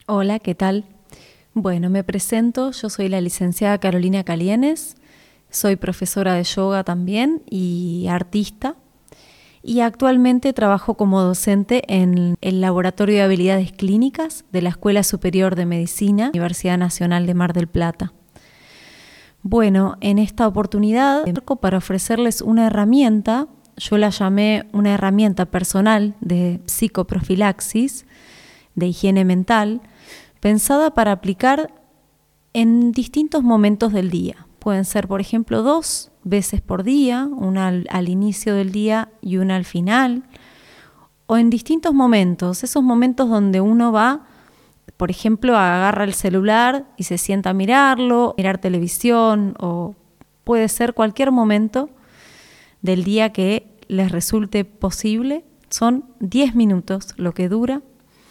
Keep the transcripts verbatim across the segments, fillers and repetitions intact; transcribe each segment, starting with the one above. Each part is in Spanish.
Hola, ¿qué tal? Bueno, me presento, yo soy la licenciada Carolina Calienes, soy profesora de yoga también y artista, y actualmente trabajo como docente en el Laboratorio de Habilidades Clínicas de la Escuela Superior de Medicina, Universidad Nacional de Mar del Plata. Bueno, en esta oportunidad, para ofrecerles una herramienta, yo la llamé una herramienta personal de psicoprofilaxis, de higiene mental, pensada para aplicar en distintos momentos del día. Pueden ser, por ejemplo, dos veces por día, una al, al inicio del día y una al final, o en distintos momentos, esos momentos donde uno va, por ejemplo, agarra el celular y se sienta a mirarlo, mirar televisión, o puede ser cualquier momento del día que les resulte posible. Son diez minutos lo que dura.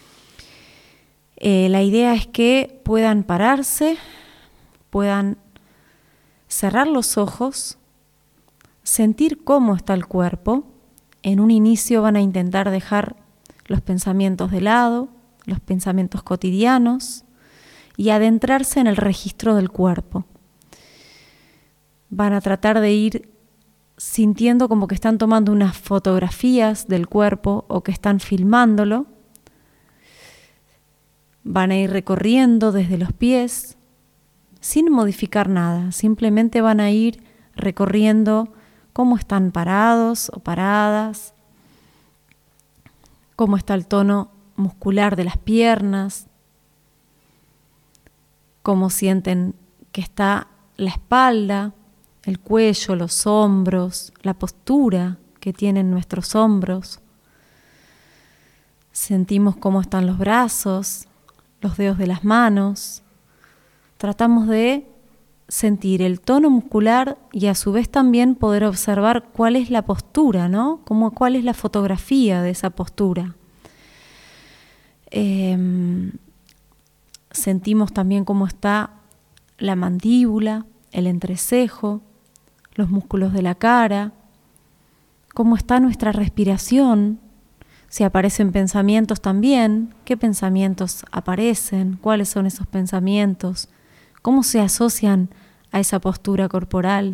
Eh, la idea es que puedan pararse, puedan cerrar los ojos, sentir cómo está el cuerpo. En un inicio van a intentar dejar los pensamientos de lado, los pensamientos cotidianos, y adentrarse en el registro del cuerpo. Van a tratar de ir sintiendo como que están tomando unas fotografías del cuerpo o que están filmándolo. Van a ir recorriendo desde los pies sin modificar nada, simplemente van a ir recorriendo cómo están parados o paradas, cómo está el tono muscular de las piernas, cómo sienten que está la espalda, el cuello, los hombros, la postura que tienen nuestros hombros. Sentimos cómo están los brazos, los dedos de las manos. Tratamos de sentir el tono muscular y a su vez también poder observar cuál es la postura, ¿no? Cómo, cuál es la fotografía de esa postura. Eh, sentimos también cómo está la mandíbula, el entrecejo, los músculos de la cara, cómo está nuestra respiración. Si aparecen pensamientos también, ¿qué pensamientos aparecen? ¿Cuáles son esos pensamientos? ¿Cómo se asocian a esa postura corporal?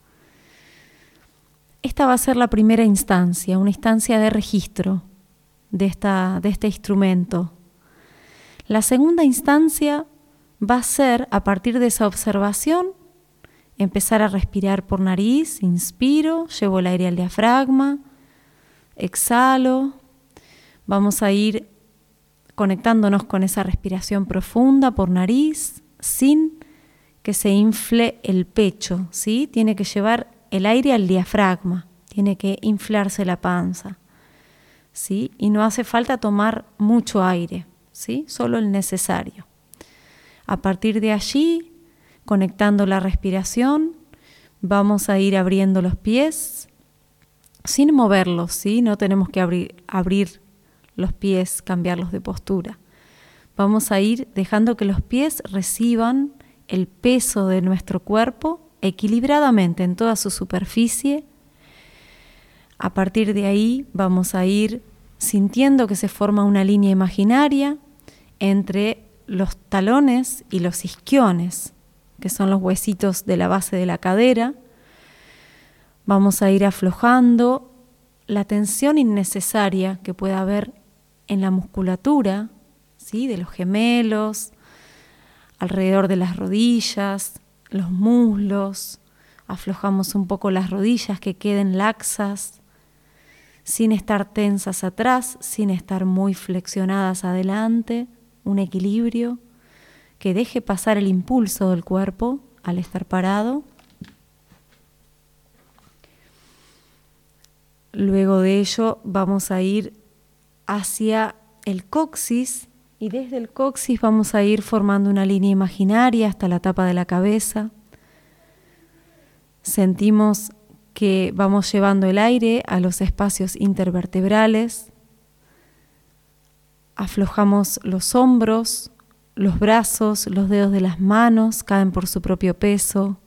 Esta va a ser la primera instancia, una instancia de registro de, esta, de este instrumento. La segunda instancia va a ser, a partir de esa observación, empezar a respirar por nariz. Inspiro, llevo el aire al diafragma, exhalo. Vamos a ir conectándonos con esa respiración profunda por nariz, sin que se infle el pecho, ¿sí? Tiene que llevar el aire al diafragma, tiene que inflarse la panza, ¿sí? Y no hace falta tomar mucho aire, ¿sí? Solo el necesario. A partir de allí, conectando la respiración, vamos a ir abriendo los pies, sin moverlos, ¿sí? No tenemos que abrir, abrir los pies, cambiarlos de postura. Vamos a ir dejando que los pies reciban el peso de nuestro cuerpo equilibradamente en toda su superficie. A partir de ahí vamos a ir sintiendo que se forma una línea imaginaria entre los talones y los isquiones, que son los huesitos de la base de la cadera. Vamos a ir aflojando la tensión innecesaria que pueda haber en la musculatura, ¿sí? De los gemelos, alrededor de las rodillas, los muslos. Aflojamos un poco las rodillas, que queden laxas, sin estar tensas atrás, sin estar muy flexionadas adelante. Un equilibrio que deje pasar el impulso del cuerpo al estar parado. Luego de ello vamos a ir hacia el coxis y desde el coxis vamos a ir formando una línea imaginaria hasta la tapa de la cabeza. Sentimos que vamos llevando el aire a los espacios intervertebrales. Aflojamos los hombros, los brazos, los dedos de las manos caen por su propio peso.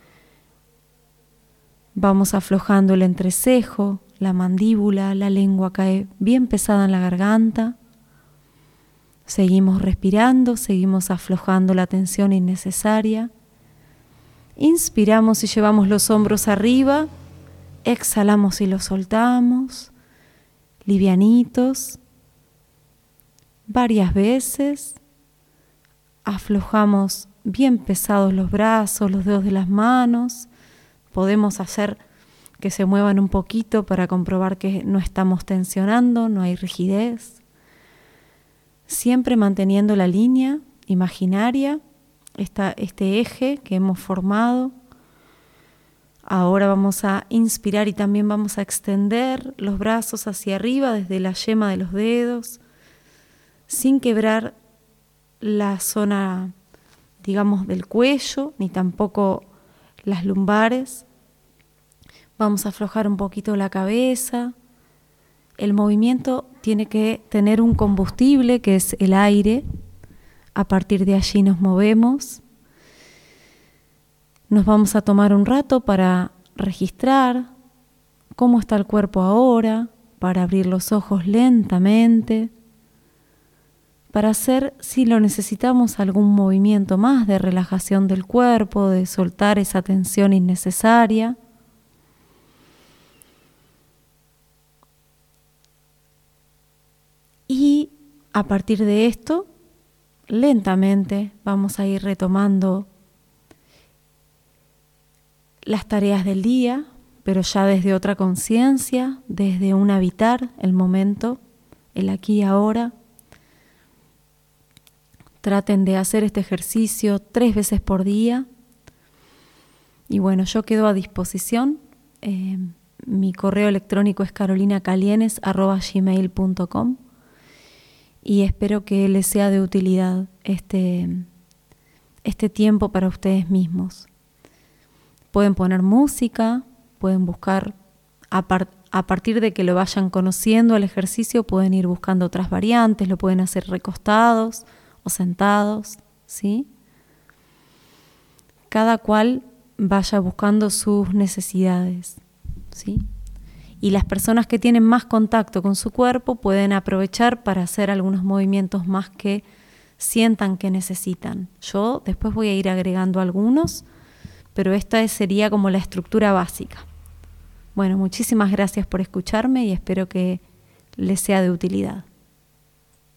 Vamos aflojando el entrecejo, la mandíbula, la lengua cae bien pesada en la garganta. Seguimos respirando, seguimos aflojando la tensión innecesaria. Inspiramos y llevamos los hombros arriba. Exhalamos y los soltamos, livianitos. Varias veces. Aflojamos bien pesados los brazos, los dedos de las manos. Podemos hacer que se muevan un poquito para comprobar que no estamos tensionando, no hay rigidez. Siempre manteniendo la línea imaginaria, esta, este eje que hemos formado. Ahora vamos a inspirar y también vamos a extender los brazos hacia arriba desde la yema de los dedos, sin quebrar la zona, digamos, del cuello, ni tampoco las lumbares. Vamos a aflojar un poquito la cabeza. El movimiento tiene que tener un combustible, que es el aire. A partir de allí nos movemos. Nos vamos a tomar un rato para registrar cómo está el cuerpo ahora, para abrir los ojos lentamente, para hacer, si lo necesitamos, algún movimiento más de relajación del cuerpo, de soltar esa tensión innecesaria. Y a partir de esto, lentamente vamos a ir retomando las tareas del día, pero ya desde otra conciencia, desde un habitar el momento, el aquí y ahora. Traten de hacer este ejercicio tres veces por día. Y bueno, yo quedo a disposición. Eh, mi correo electrónico es carolina calienes arroba gmail punto com y espero que les sea de utilidad este, este tiempo para ustedes mismos. Pueden poner música, pueden buscar, a, par, a partir de que lo vayan conociendo al ejercicio, pueden ir buscando otras variantes, lo pueden hacer recostados o sentados, ¿sí? Cada cual vaya buscando sus necesidades, ¿sí? Y las personas que tienen más contacto con su cuerpo pueden aprovechar para hacer algunos movimientos más que sientan que necesitan. Yo después voy a ir agregando algunos, pero esta sería como la estructura básica. Bueno, muchísimas gracias por escucharme y espero que les sea de utilidad.